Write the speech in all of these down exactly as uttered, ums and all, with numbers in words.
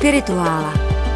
Spirituála.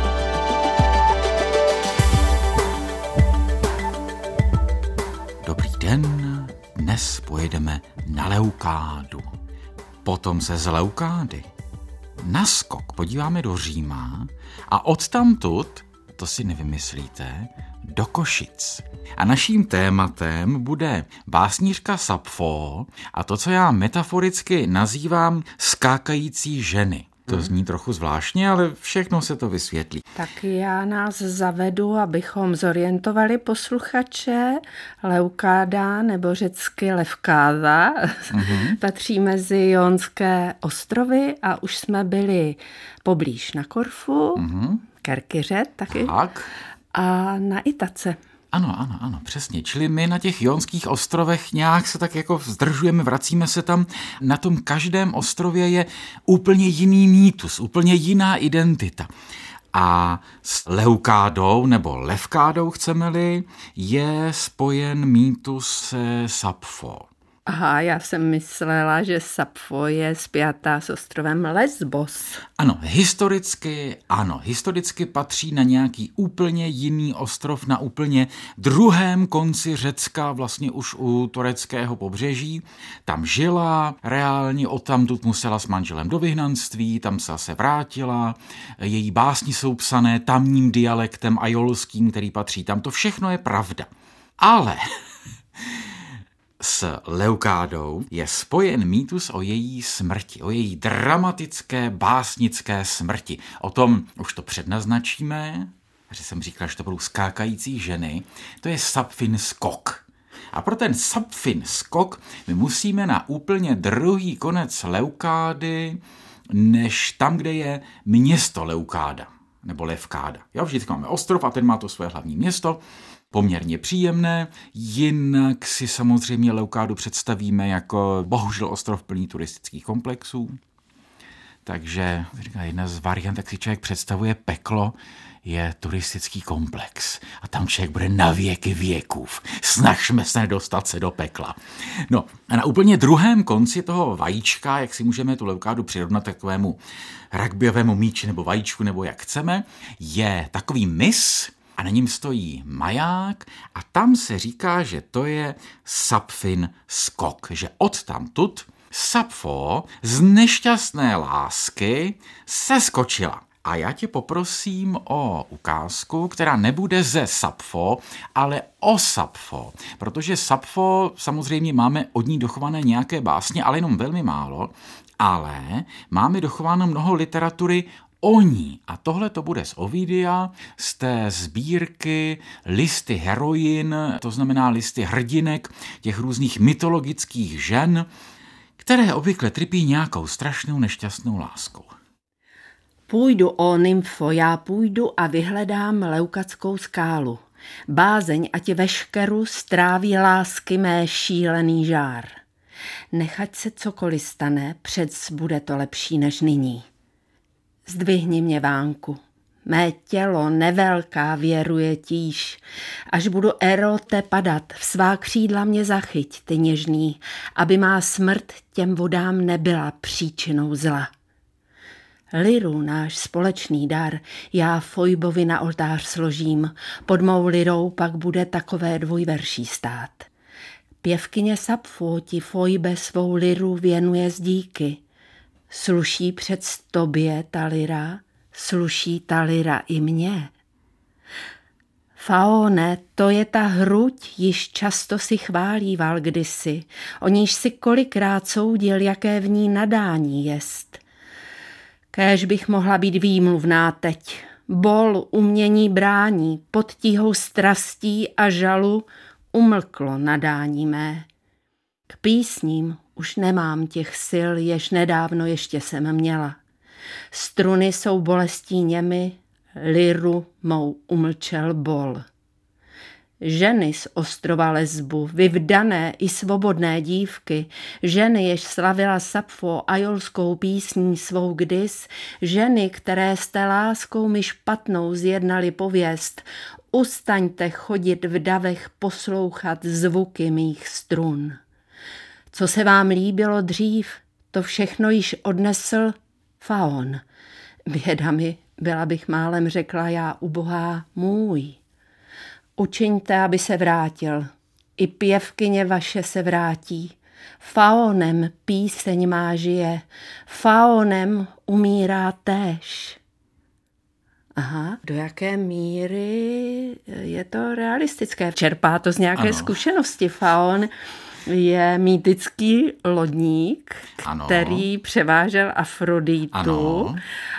Dobrý den, dnes pojedeme na Leukádu. Potom se z Leukády na skok podíváme do Říma a odtamtud, to si nevymyslíte, do Košic. A naším tématem bude básnířka Sapfo a to, co já metaforicky nazývám skákající ženy. To zní trochu zvláštně, ale všechno se to vysvětlí. Tak já nás zavedu, abychom zorientovali posluchače. Leukáda, nebo řecky Levkáda, mm-hmm. patří mezi Jonské ostrovy a už jsme byli poblíž na Korfu, mm-hmm. Kerkyře taky tak. A na Itace. Ano, ano, ano, přesně. Čili my na těch Jonských ostrovech nějak se tak jako zdržujeme, vracíme se tam. Na tom každém ostrově je úplně jiný mýtus, úplně jiná identita. A s Leukádou, nebo Levkádou chceme-li, je spojen mýtus se Sapfo. Aha, já jsem myslela, že Sapfo je spjatá s ostrovem Lesbos. Ano, historicky, ano, historicky patří na nějaký úplně jiný ostrov, na úplně druhém konci Řecka, vlastně už u tureckého pobřeží. Tam žila, reálně odtamtud musela s manželem do vyhnanství, tam se zase vrátila, její básni jsou psané tamním dialektem ajolským, který patří tam, to všechno je pravda. Ale s Leukádou je spojen mýtus o její smrti, o její dramatické básnické smrti. O tom už to přednaznačíme, že jsem říkal, že to budou skákající ženy, to je Sapfin skok. A pro ten Sapfin skok my musíme na úplně druhý konec Leukády, než tam, kde je město Leukáda, nebo Levkáda. Jo, vždycky máme ostrov a ten má to své hlavní město, poměrně příjemné, jinak si samozřejmě Leukádu představíme jako bohužel ostrov plný turistických komplexů. Takže jedna z variant, jak si člověk představuje peklo, je turistický komplex. A tam člověk bude na věky věkův. Snažme se dostat se do pekla. No a na úplně druhém konci toho vajíčka, jak si můžeme tu Leukádu přirovnat takovému rugbyovému míči nebo vajíčku, nebo jak chceme, je takový mys, a na něm stojí maják a tam se říká, že to je Sapfin skok, že odtamtud Sapfo z nešťastné lásky se skočila. A já tě poprosím o ukázku, která nebude ze Sapfo, ale o Sapfo, protože Sapfo samozřejmě máme od ní dochované nějaké básně, ale jenom velmi málo, ale máme dochováno mnoho literatury o ní. A tohle to bude z Ovidia, z té sbírky listy heroin, to znamená listy hrdinek těch různých mytologických žen, které obvykle trpí nějakou strašnou nešťastnou láskou. Půjdu, o nymfo, já půjdu a vyhledám Leukadskou skálu. Bázeň, ať veškeru stráví lásky mé šílený žár. Nechať se cokoliv stane, přec bude to lepší než nyní. Zdvihni mě, vánku, mé tělo nevelká věruje tíž, až budu erote padat, v svá křídla mě zachyť, ty něžný, aby má smrt těm vodám nebyla příčinou zla. Liru, náš společný dar, já Fojbovi na oltář složím, pod mou lirou pak bude takové dvojverší stát. Pěvkyně Sapfo ti Fojbe svou liru věnuje z díky. Sluší před tobě ta lira, sluší ta lira i mně. Faone, to je ta hruď, již často si chválíval kdysi, o níž si kolikrát soudil, jaké v ní nadání jest. Kéž bych mohla být výmluvná teď, bol umění brání, pod tíhou strastí a žalu umlklo nadání mé. K písním už nemám těch sil, jež nedávno ještě jsem měla. Struny jsou bolestí němy, liru mou umlčel bol. Ženy z ostrova Lesbu, vyvdané i svobodné dívky, ženy, jež slavila Sapfo ajolskou písní svou kdys, ženy, které jste láskou mi špatnou zjednali pověst, ustaňte chodit v davech poslouchat zvuky mých strun. Co se vám líbilo dřív, to všechno již odnesl Faon. Běda mi, Byla bych málem řekla já ubohá můj. Učiňte, aby se vrátil. I pěvkyně vaše se vrátí. Faonem píseň má žije. Faonem umírá též. Aha, do jaké míry je to realistické? Čerpá to z nějaké ano. zkušenosti. Faon je mýtický lodník, ano. který převážel Afroditu ano.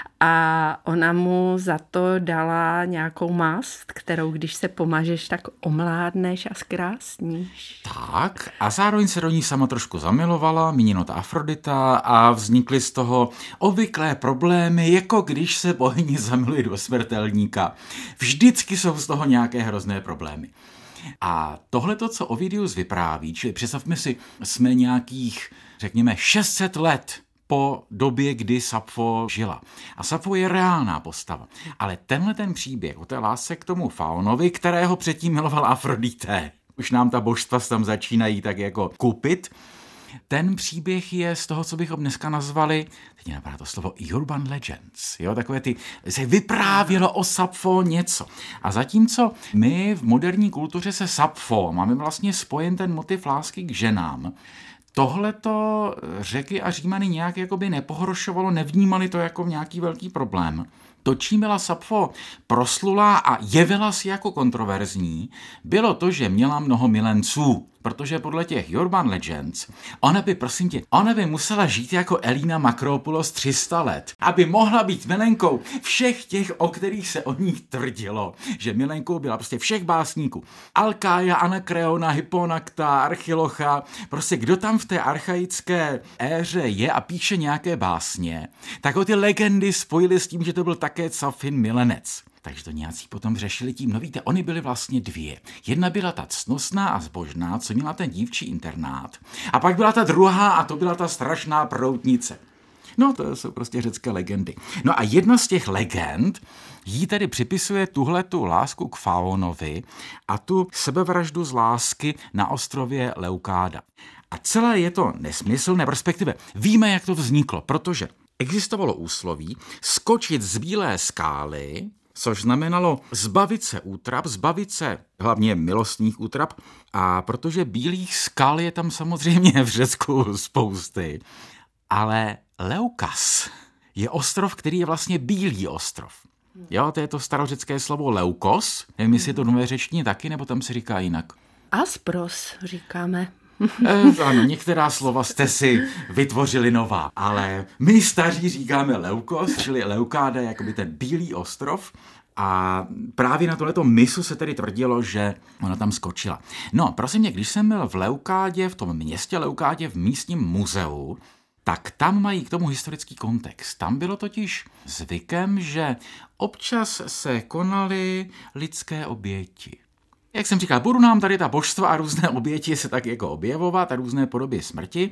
a ona mu za to dala nějakou mast, kterou když se pomažeš, tak omládneš a zkrásníš. Tak a zároveň se do ní sama trošku zamilovala, míněno ta Afrodita, a vznikly z toho obvyklé problémy, jako když se bohyně zamiluje do smrtelníka. Vždycky jsou z toho nějaké hrozné problémy. A tohleto, co Ovidius vypráví, čili představme si, jsme nějakých, řekněme, šest set let po době, kdy Sapfo žila. A Sapfo je reálná postava. Ale tenhle ten příběh o té lásce k tomu Faonovi, kterého předtím miloval Afrodité, už nám ta božstva tam začínají tak jako kupit, ten příběh je z toho, co bychom dneska nazvali, teď mě napadá to slovo urban legends, jo, takové ty, se vyprávělo o Sapfo něco. A zatímco my v moderní kultuře se Sapfo máme vlastně spojen ten motiv lásky k ženám, tohleto Řeky a Římany nějak jakoby nepohoršovalo, nevnímali to jako nějaký velký problém. To, čím byla Sapfo proslulá a jevila si jako kontroverzní, bylo to, že měla mnoho milenců. Protože podle těch urban legends, ona by, prosím tě, ona by musela žít jako Elina Makropoulos tři sta let, aby mohla být milenkou všech těch, o kterých se o ní tvrdilo, že milenkou byla prostě všech básníků. Alkája, Anakreona, Hyponakta, Archilocha, prostě kdo tam v té archaické éře je a píše nějaké básně, tak ho ty legendy spojily s tím, že to byl také Sapfin milenec. Takže to nějací potom řešili tím, no víte, oni byly vlastně dvě. Jedna byla ta ctnostná a zbožná, co měla ten dívčí internát. A pak byla ta druhá a to byla ta strašná proutnice. No to jsou prostě řecké legendy. No a jedna z těch legend jí tedy připisuje tuhletu lásku k Faonovi a tu sebevraždu z lásky na ostrově Leukáda. A celé je to nesmyslné, respektive víme, jak to vzniklo, protože existovalo úsloví skočit z bílé skály, což znamenalo zbavit se útrap, zbavit se hlavně milostných útrap, a protože bílých skal je tam samozřejmě v Řecku spousty. Ale Leukas je ostrov, který je vlastně bílý ostrov. Jo, to je to starořecké slovo leukos, nevím, jestli je to nové řečtině taky, nebo tam se říká jinak. Aspros říkáme. E, ano, některá slova jste si vytvořili nová, ale my staří říkáme leukos, čili Leukáda je jakoby ten bílý ostrov, a právě na tohleto mysu se tedy tvrdilo, že ona tam skočila. No, prosím mě, když jsem byl v Leukádě, v tom městě Leukádě, v místním muzeu, tak tam mají k tomu historický kontext. Tam bylo totiž zvykem, že občas se konaly lidské oběti. Jak jsem říkal, budu nám tady ta božstva a různé oběti se tak jako objevovat a různé podoby smrti.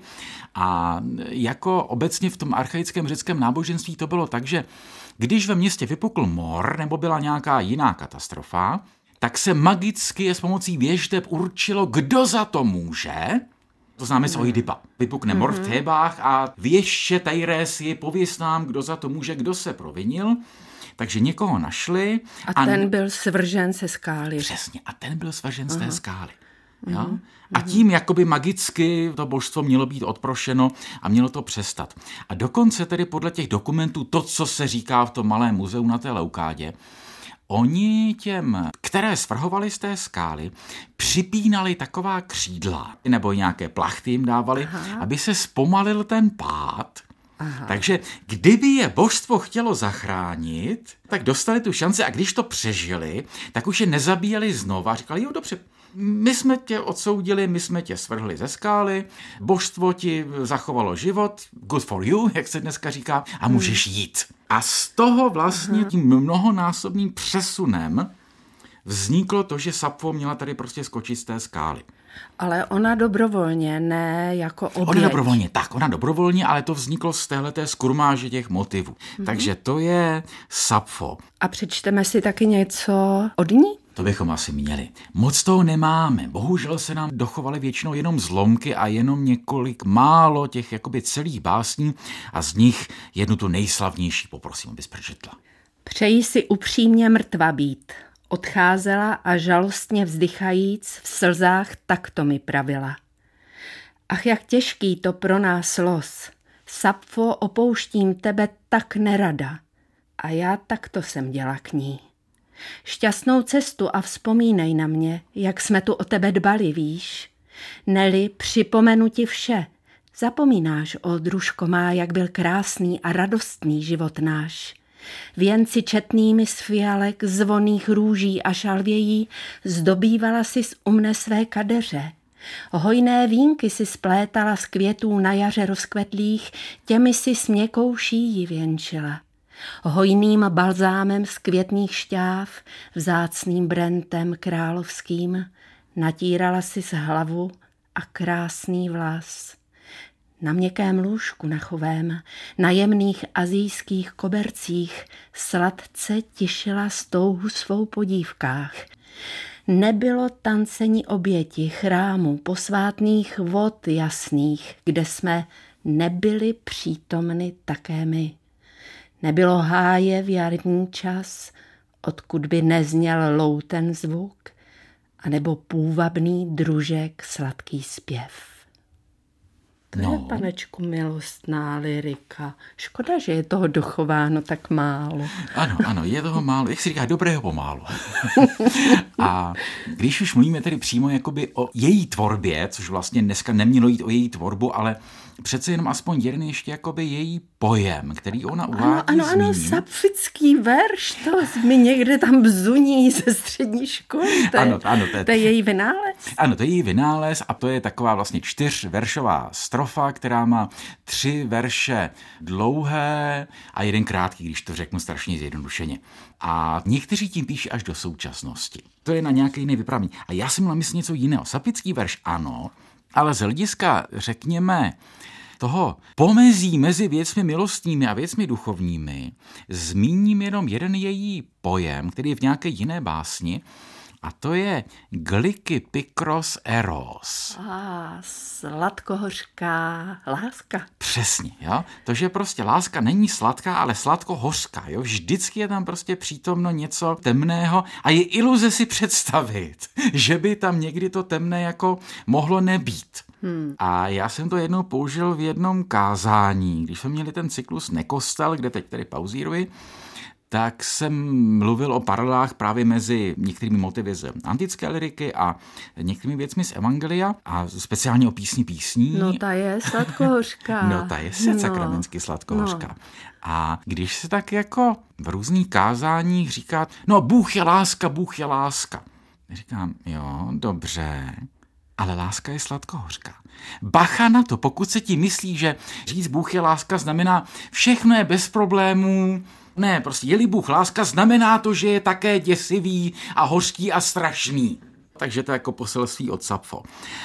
A jako obecně v tom archaickém řeckém náboženství to bylo tak, že když ve městě vypukl mor nebo byla nějaká jiná katastrofa, tak se magicky s pomocí věždeb určilo, kdo za to může. To známe z Oidipa. Vypukne mor v Thébách a věště Tajrési, pověs nám, kdo za to může, kdo se provinil. Takže někoho našli. A, a ten byl svržen ze skály. Přesně, a ten byl svržen z té skály. Jo? A tím jakoby magicky to božstvo mělo být odprošeno a mělo to přestat. A dokonce tedy podle těch dokumentů, to, co se říká v tom malém muzeu na té Leukádě, oni těm, které svrhovali z té skály, připínali taková křídla, nebo nějaké plachty jim dávali, Aha. aby se zpomalil ten pád. Aha. Takže kdyby je božstvo chtělo zachránit, tak dostali tu šanci, a když to přežili, tak už je nezabíjeli znova. Říkali, jo, dobře, my jsme tě odsoudili, my jsme tě svrhli ze skály, božstvo ti zachovalo život, good for you, jak se dneska říká, a můžeš jít. A z toho vlastně tím mnohonásobným přesunem vzniklo to, že Sapfo měla tady prostě skočit z té skály. Ale ona dobrovolně, ne jako oběť. Ona dobrovolně, tak, ona dobrovolně, ale to vzniklo z téhleté skurmáže těch motivů. Mm-hmm. Takže to je Sapfo. A přečteme si taky něco od ní? To bychom asi měli. Moc toho nemáme. Bohužel se nám dochovaly většinou jenom zlomky a jenom několik málo těch jakoby celých básní, a z nich jednu tu nejslavnější poprosím, abys přečetla. Přeji si upřímně mrtva být. Odcházela a žalostně vzdychajíc v slzách takto mi pravila. Ach, jak těžký to pro nás los. Sapfo, opouštím tebe tak nerada. A já takto jsem děla k ní. Šťastnou cestu a vzpomínej na mě, jak jsme tu o tebe dbali, víš. Neli, připomenu ti vše. Zapomínáš, o družko má, jak byl krásný a radostný život náš. Věnci četnými z fialek, zvoných růží a šalvějí zdobývala si z umne své kadeře. Hojné vínky si splétala z květů na jaře rozkvetlých, těmi si s měkkou šíjí věnčila. Hojným balzámem z květných šťáv, vzácným brentem královským, natírala si z hlavu a krásný vlas. Na měkkém lůžku nachovém, na jemných azijských kobercích sladce tišila stouhu svou po dívkách. Nebylo tancení oběti chrámu posvátných vod jasných, kde jsme nebyli přítomny také my. Nebylo háje v jarní čas, odkud by nezněl louten zvuk, anebo půvabný družek sladký zpěv. To no. je, panečku, milostná lyrika. Škoda, že je toho dochováno tak málo. Ano, ano, je toho málo. Jak se říká, dobrého pomálu. A když už mluvíme tedy přímo jakoby o její tvorbě, což vlastně dneska nemělo jít o její tvorbu, ale přece jenom aspoň jeden ještě jakoby její pojem, který ona uvádí. Ano, ano, ano, sapfický verš, to mi někde tam bzuní ze střední školy. To, ano, ano, to, je, to je její vynález. Ano, to je její vynález a to je taková vlastně čtyřveršová strofa, která má tři verše dlouhé a jeden krátký, když to řeknu strašně zjednodušeně. A někteří tím píší až do současnosti. To je na nějaké jiné vyprávění. A já jsem měla myslet něco jiného. Sapfický verš ano, ale z hlediska, řekněme, toho pomezí mezi věcmi milostnými a věcmi duchovními zmíním jenom jeden její pojem, který je v nějaké jiné básni, a to je Gliky Pikros Eros. A sladkohořká láska. Přesně, jo. To, že prostě láska není sladká, ale sladkohořká, jo. Vždycky je tam prostě přítomno něco temného a je iluze si představit, že by tam někdy to temné jako mohlo nebýt. Hmm. A já jsem to jednou použil v jednom kázání, když jsme měli ten cyklus Nekostel, kde teď tedy pauzíruji, tak jsem mluvil o paralelách právě mezi některými motivy z antické lyriky a některými věcmi z Evangelia a speciálně o písni písní. No ta je sladkohořká. No ta je se sakramensky no. sladkohořká. No. A když se tak jako v různých kázáních říká, no Bůh je láska, Bůh je láska. Říkám, jo, dobře, ale láska je sladkohořká. Bacha na to, pokud se ti myslí, že říct Bůh je láska znamená všechno je bez problémů. Ne, prostě je-li Bůh láska, znamená to, že je také děsivý a hořký a strašný. Takže to je jako poselství od Sapfo.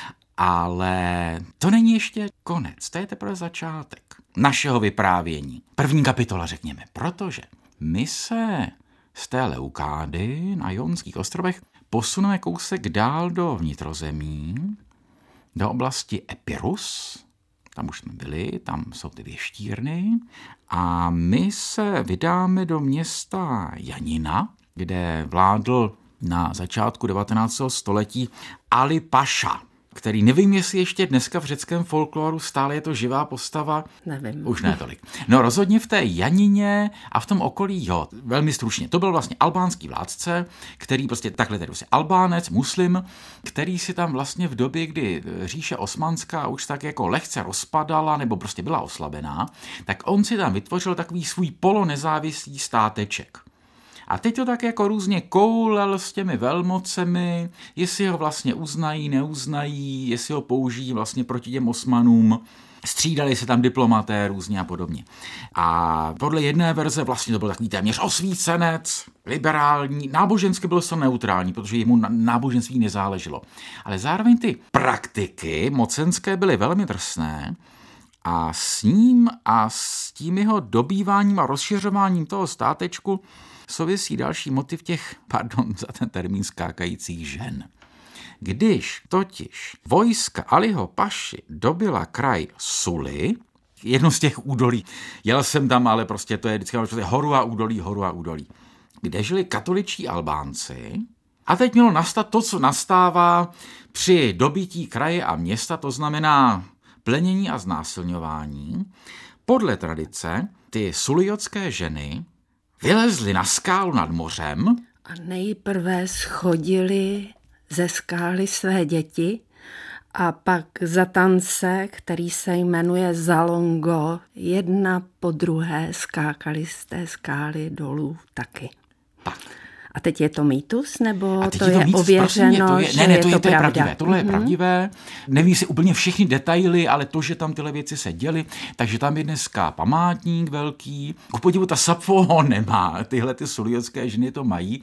Ale to není ještě konec, to je teprve začátek našeho vyprávění. První kapitola, řekněme, protože my se z té Leukády na Jonských ostrovech posuneme kousek dál do vnitrozemí, do oblasti Epirus. Tam už jsme byli, tam jsou ty věštírny a my se vydáme do města Janina, kde vládl na začátku devatenáctého století Ali Paša, který nevím, jestli ještě dneska v řeckém folkloru stále je to živá postava. Nevím. Už ne tolik. No rozhodně v té Janině a v tom okolí, jo, velmi stručně. To byl vlastně albánský vládce, který prostě takhle tedy vlastně Albánec, muslim, který si tam vlastně v době, kdy říše osmanská už tak jako lehce rozpadala nebo prostě byla oslabená, tak on si tam vytvořil takový svůj polonezávislý státeček. A teď to tak jako různě koulel s těmi velmocemi, jestli ho vlastně uznají, neuznají, jestli ho použijí vlastně proti těm Osmanům. Střídali se tam diplomaté různě a podobně. A podle jedné verze vlastně to byl takový téměř osvícenec, liberální, nábožensky byl to neutrální, protože jemu na náboženství nezáleželo. Ale zároveň ty praktiky mocenské byly velmi drsné a s ním a s tím jeho dobýváním a rozšiřováním toho státečku souvisí další motiv těch, pardon za ten termín, skákajících žen. Když totiž vojska Aliho Paši dobila kraj Suli, jedno z těch údolí. Jel jsem tam, ale prostě to je vždycky horu a údolí, horu a údolí. Kde žili katoličtí Albánci. A teď mělo nastat to, co nastává při dobytí kraje a města, to znamená plenění a znásilňování. Podle tradice ty sulujotské ženy vylezly na skálu nad mořem a nejprve schodili ze skály své děti a pak za tance, který se jmenuje Zalongo, jedna po druhé skákali z té skály dolů taky. Tak. A teď je to mýtus, nebo to, to je mýtus, ověřeno, to je, že ne, ne, je to to, je, to je pravda? pravdivé. Tohle mm-hmm. je pravdivé. Nevím si úplně všechny detaily, ale to, že tam tyhle věci se děly, takže tam je dneska památník velký. Ku podivu ta Sapfo ho nemá, tyhle ty sulujotské ženy to mají.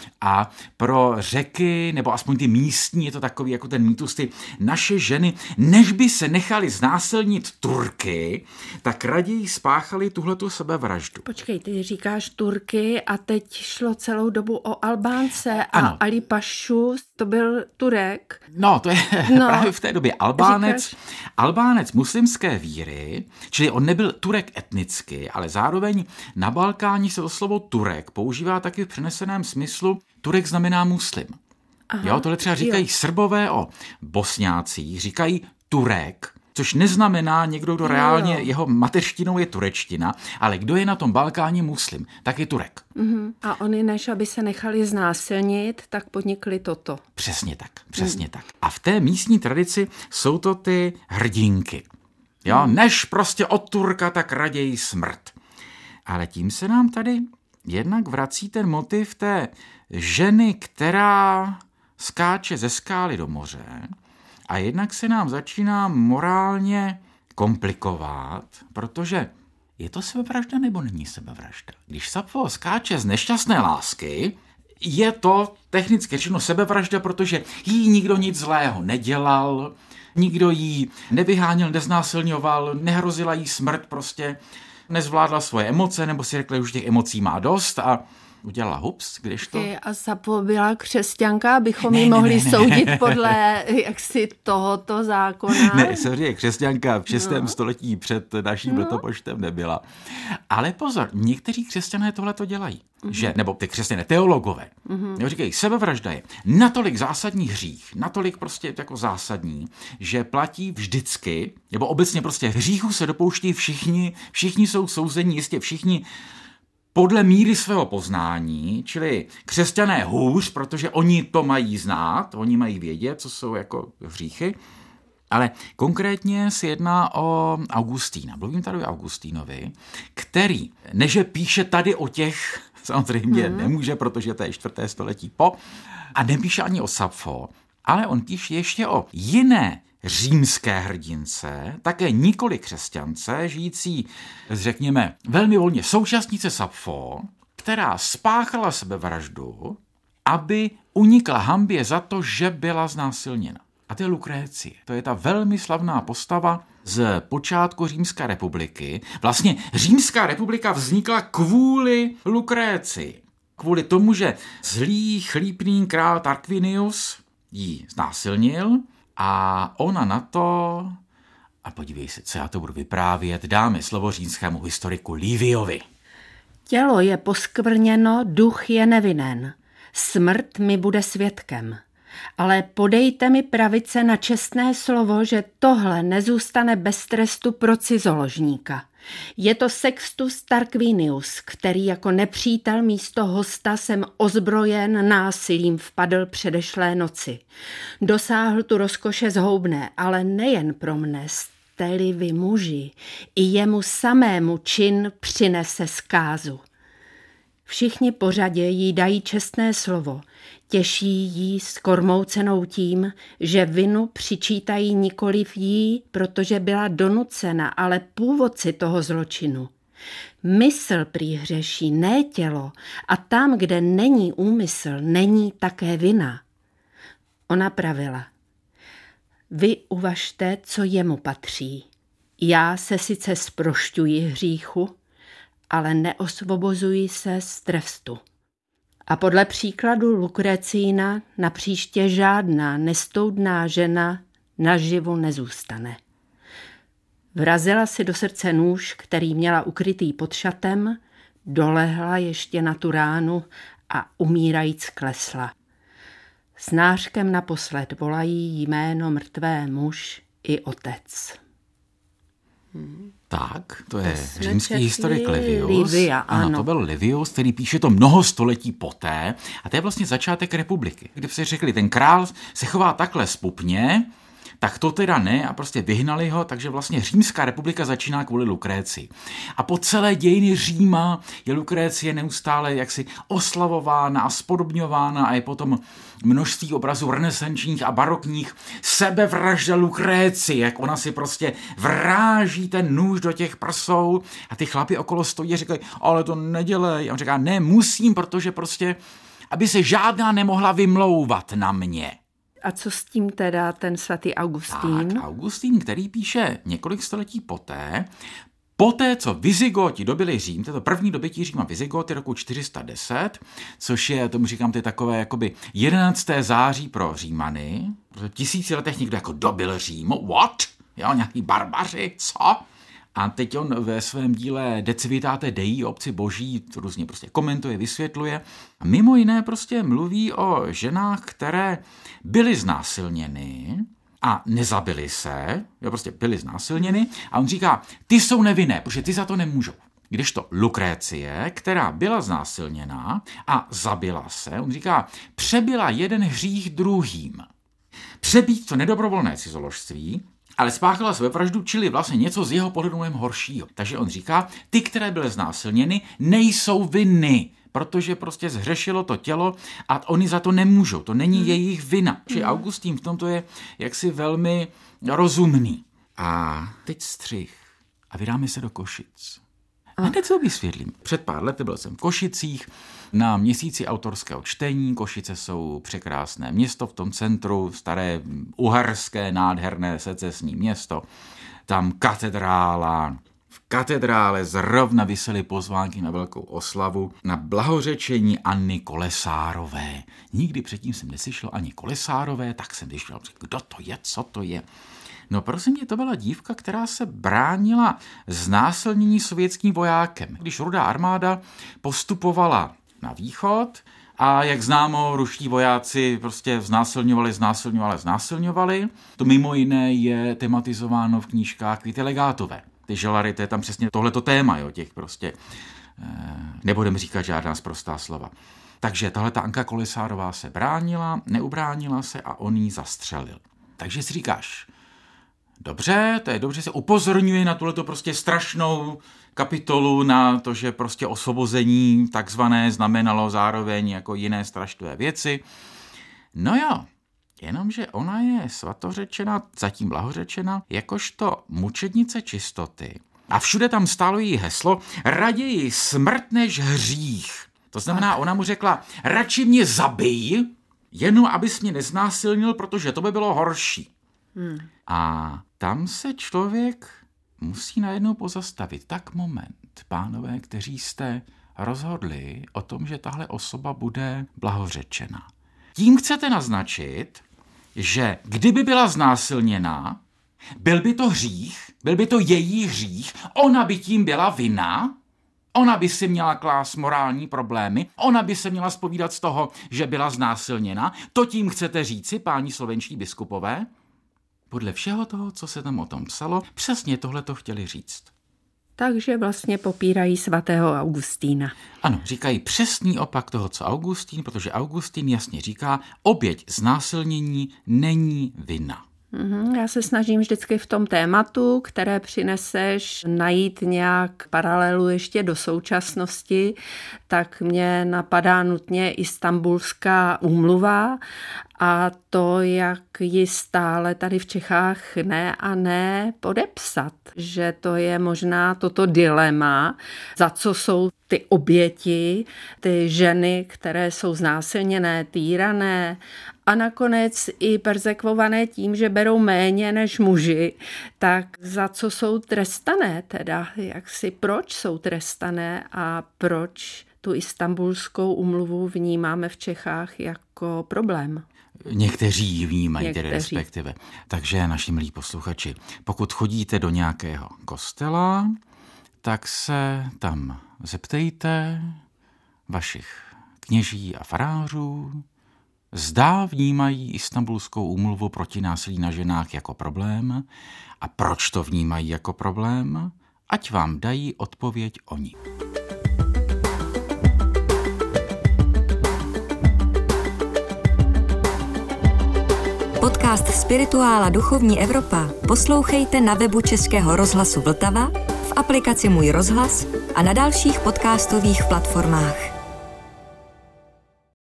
A pro Řeky, nebo aspoň ty místní, je to takový jako ten mýtus, ty naše ženy, než by se nechali znásilnit Turky, tak raději spáchali tuhletu sebevraždu. Počkej, ty říkáš Turky a teď šlo celou dobu o Albánce a ano. Ali Pašu, to byl Turek. No, to je no, právě v té době Albánec, říkáš... Albánec muslimské víry, čili on nebyl Turek etnicky, ale zároveň na Balkáně se to slovo Turek používá taky v přeneseném smyslu. Turek znamená muslim. Aha, jo, tohle třeba říkají jo. Srbové o Bosňácích, říkají Turek, což neznamená někdo, kdo reálně, jo. jeho mateřštinou je turečtina, ale kdo je na tom Balkáně muslim, tak je Turek. Uh-huh. A oni, než aby se nechali znásilnit, tak podnikli toto. Přesně tak, přesně uh-huh. tak. A v té místní tradici jsou to ty hrdinky. Jo, uh-huh. než prostě od Turka, tak raději smrt. Ale tím se nám tady jednak vrací ten motiv té ženy, která skáče ze skály do moře, a jednak se nám začíná morálně komplikovat, protože je to sebevražda nebo není sebevražda? Když Sapfo skáče z nešťastné lásky, je to technicky řečeno sebevražda, protože jí nikdo nic zlého nedělal, nikdo jí nevyháněl, neznásilňoval, nehrozila jí smrt, prostě nezvládla svoje emoce, nebo si řekla, že už těch emocí má dost a udělala hups, když to... A Sapfo byla křesťanka, abychom ne, ji ne, mohli ne, ne. soudit podle jaksi tohoto zákona. Ne, samozřejmě křesťanka v šestém no. století před naším no. letopočtem nebyla. Ale pozor, někteří křesťané tohle to dělají. Mm-hmm. Že, nebo ty křesťané, teologové. Mm-hmm. Říkají, sebevražda je natolik zásadní hřích, natolik prostě jako zásadní, že platí vždycky, nebo obecně prostě hříchu se dopouští všichni, všichni jsou souzení, jistě všichni podle míry svého poznání, čili křesťané hůř, protože oni to mají znát, oni mají vědět, co jsou jako hříchy, ale konkrétně se jedná o Augustína. Mluvím tady o Augustínovi, který, neže píše tady o těch, samozřejmě hmm. nemůže, protože to je čtvrté století po, a nepíše ani o Sapfo, ale on píše ještě o jiné římské hrdince, také nikoli křesťance, žijící, řekněme, velmi volně současnice Sapfo, která spáchala sebevraždu, aby unikla hanbě za to, že byla znásilněna. A to je Lukrécie. To je ta velmi slavná postava z počátku Římské republiky. Vlastně Římská republika vznikla kvůli Lukrécii. Kvůli tomu, že zlý, chlípný král Tarquinius ji znásilnil, a ona na to, a podívej se, co já to budu vyprávět, dáme slovo římskému historiku Liviovi. Tělo je poskvrněno, duch je nevinen. Smrt mi bude svědkem. Ale podejte mi pravice na čestné slovo, že tohle nezůstane bez trestu pro cizoložníka. Je to Sextus Tarquinius, který jako nepřítel místo hosta sem ozbrojen násilím vpadl předešlé noci. Dosáhl tu rozkoše zhoubné, ale nejen pro mne, jste-li vy muži, i jemu samému čin přinese zkázu. Všichni pořadě jí dají čestné slovo, těší jí skormoucenou tím, že vinu přičítají nikoliv jí, protože byla donucena, ale původci toho zločinu. Mysl prý hřeší, ne tělo, a tam, kde není úmysl, není také vina. Ona pravila, vy uvažte, co jemu patří. Já se sice zprošťuji hříchu, ale neosvobozuji se z trestu. A podle příkladu Lukrecína napříště žádná nestoudná žena naživu nezůstane. Vrazila si do srdce nůž, který měla ukrytý pod šatem, dolehla ještě na tu ránu a umírajíc klesla. S nářkem naposled volají jméno mrtvé muž i otec. Hmm. Tak, to je to římský historik Livius. Livia, ano. ano, to byl Livius, který píše to mnoho století poté. A to je vlastně začátek republiky. Kdyby si řekli, ten král se chová takhle zpupně, tak to teda ne a prostě vyhnali ho, takže vlastně Římská republika začíná kvůli Lukrécii. A po celé dějiny Říma je Lukrécie neustále jaksi oslavována a spodobňována a je potom množství obrazů renesančních a barokních sebevražda Lukrécie, jak ona si prostě vráží ten nůž do těch prsou a ty chlapi okolo stojí a říkají, ale to nedělej. A on říká, ne, musím, protože prostě, aby se žádná nemohla vymlouvat na mě. A co s tím teda ten svatý Augustín? Tak, Augustín, který píše několik století poté, poté, co Vizigoti dobili Řím, to je to první dobytí Říma Vizigoty roku čtyři sta deset, což je, tomu říkám, to je takové jakoby jedenácté září pro Římany, protože v tisíci letech někdo jako dobil Řím, what? Jo, nějaký barbaři, co? A teď on ve svém díle De Civitate Dei, obci boží, to různě prostě komentuje, vysvětluje. A mimo jiné prostě mluví o ženách, které byly znásilněny a nezabily se, jo, prostě byly znásilněny. A on říká, ty jsou nevinné, protože ty za to nemůžou. Kdežto Lukrécie, která byla znásilněná a zabila se, on říká, přebyla jeden hřích druhým. Přebít to nedobrovolné cizoložství, ale spáchala sebevraždu, čili vlastně něco z jeho pohledu mnohem horšího. Takže on říká, ty, které byly znásilněny, nejsou vinny, protože prostě zhřešilo to tělo a oni za to nemůžou. To není hmm. jejich vina. Čili Augustín v tomto je jaksi velmi rozumný. A teď střih. A vydáme se do Košic. A hned to vysvětlím. Před pár lety byl jsem v Košicích na měsíci autorského čtení. Košice jsou překrásné město v tom centru, staré uherské, nádherné secesní město. Tam katedrála. V katedrále zrovna visely pozvánky na velkou oslavu na blahořečení Anny Kolesárové. Nikdy předtím jsem neslyšel ani Kolesárové, tak jsem vyšel, kdo to je, co to je. No prosím mě, to byla dívka, která se bránila znásilnění sovětským vojákem. Když Rudá armáda postupovala na východ a jak známo, ruští vojáci prostě znásilňovali, znásilňovali, znásilňovali. To mimo jiné je tematizováno v knížkách Květy Legátové. Ty želary, to je tam přesně tohleto téma, jo, těch prostě, eh, nebudeme říkat žádná sprostá slova. Takže tahle ta Anka Kolesárová se bránila, neubránila se a on jí zastřelil. Takže si říkáš, dobře, to je dobře, se upozorňuje na tuhleto prostě strašnou kapitolu, na to, že prostě osvobození takzvané znamenalo zároveň jako jiné strašlivé věci. No jo, jenomže ona je svatořečena, zatím blahořečena, jakožto mučednice čistoty. A všude tam stálo její heslo, raději smrt než hřích. To znamená, ona mu řekla, radši mě zabij, jenom abys mě neznásilnil, protože to by bylo horší. Hmm. A tam se člověk musí najednou pozastavit. Tak moment, pánové, kteří jste rozhodli o tom, že tahle osoba bude blahořečena. Tím chcete naznačit, že kdyby byla znásilněná, byl by to hřích, byl by to její hřích, ona by tím byla vinna, ona by si měla klást morální problémy, ona by se měla zpovídat z toho, že byla znásilněna. To tím chcete říci, páni slovenští biskupové? Podle všeho toho, co se tam o tom psalo, přesně tohle to chtěli říct. Takže vlastně popírají svatého Augustína. Ano, říkají přesný opak toho, co Augustín, protože Augustín jasně říká, oběť znásilnění není vina. Já se snažím vždycky v tom tématu, které přineseš, najít nějak paralelu ještě do současnosti, tak mě napadá nutně Istanbulská úmluva a to, jak ji stále tady v Čechách ne a ne podepsat. Že to je možná toto dilema, za co jsou ty oběti, ty ženy, které jsou znásilněné, týrané a nakonec i perzekvované tím, že berou méně než muži, tak za co jsou trestané teda, jak si proč jsou trestané a proč tu Istanbulskou úmluvu vnímáme v Čechách jako jako problém. Někteří ji vnímají, Někteří. tedy respektive. Takže, naši milí posluchači, pokud chodíte do nějakého kostela, tak se tam zeptejte vašich kněží a farářů, zda vnímají Istanbulskou úmluvu proti násilí na ženách jako problém a proč to vnímají jako problém, ať vám dají odpověď oni. Podcast Spirituála Duchovní Evropa poslouchejte na webu Českého rozhlasu Vltava, v aplikaci Můj rozhlas a na dalších podcastových platformách.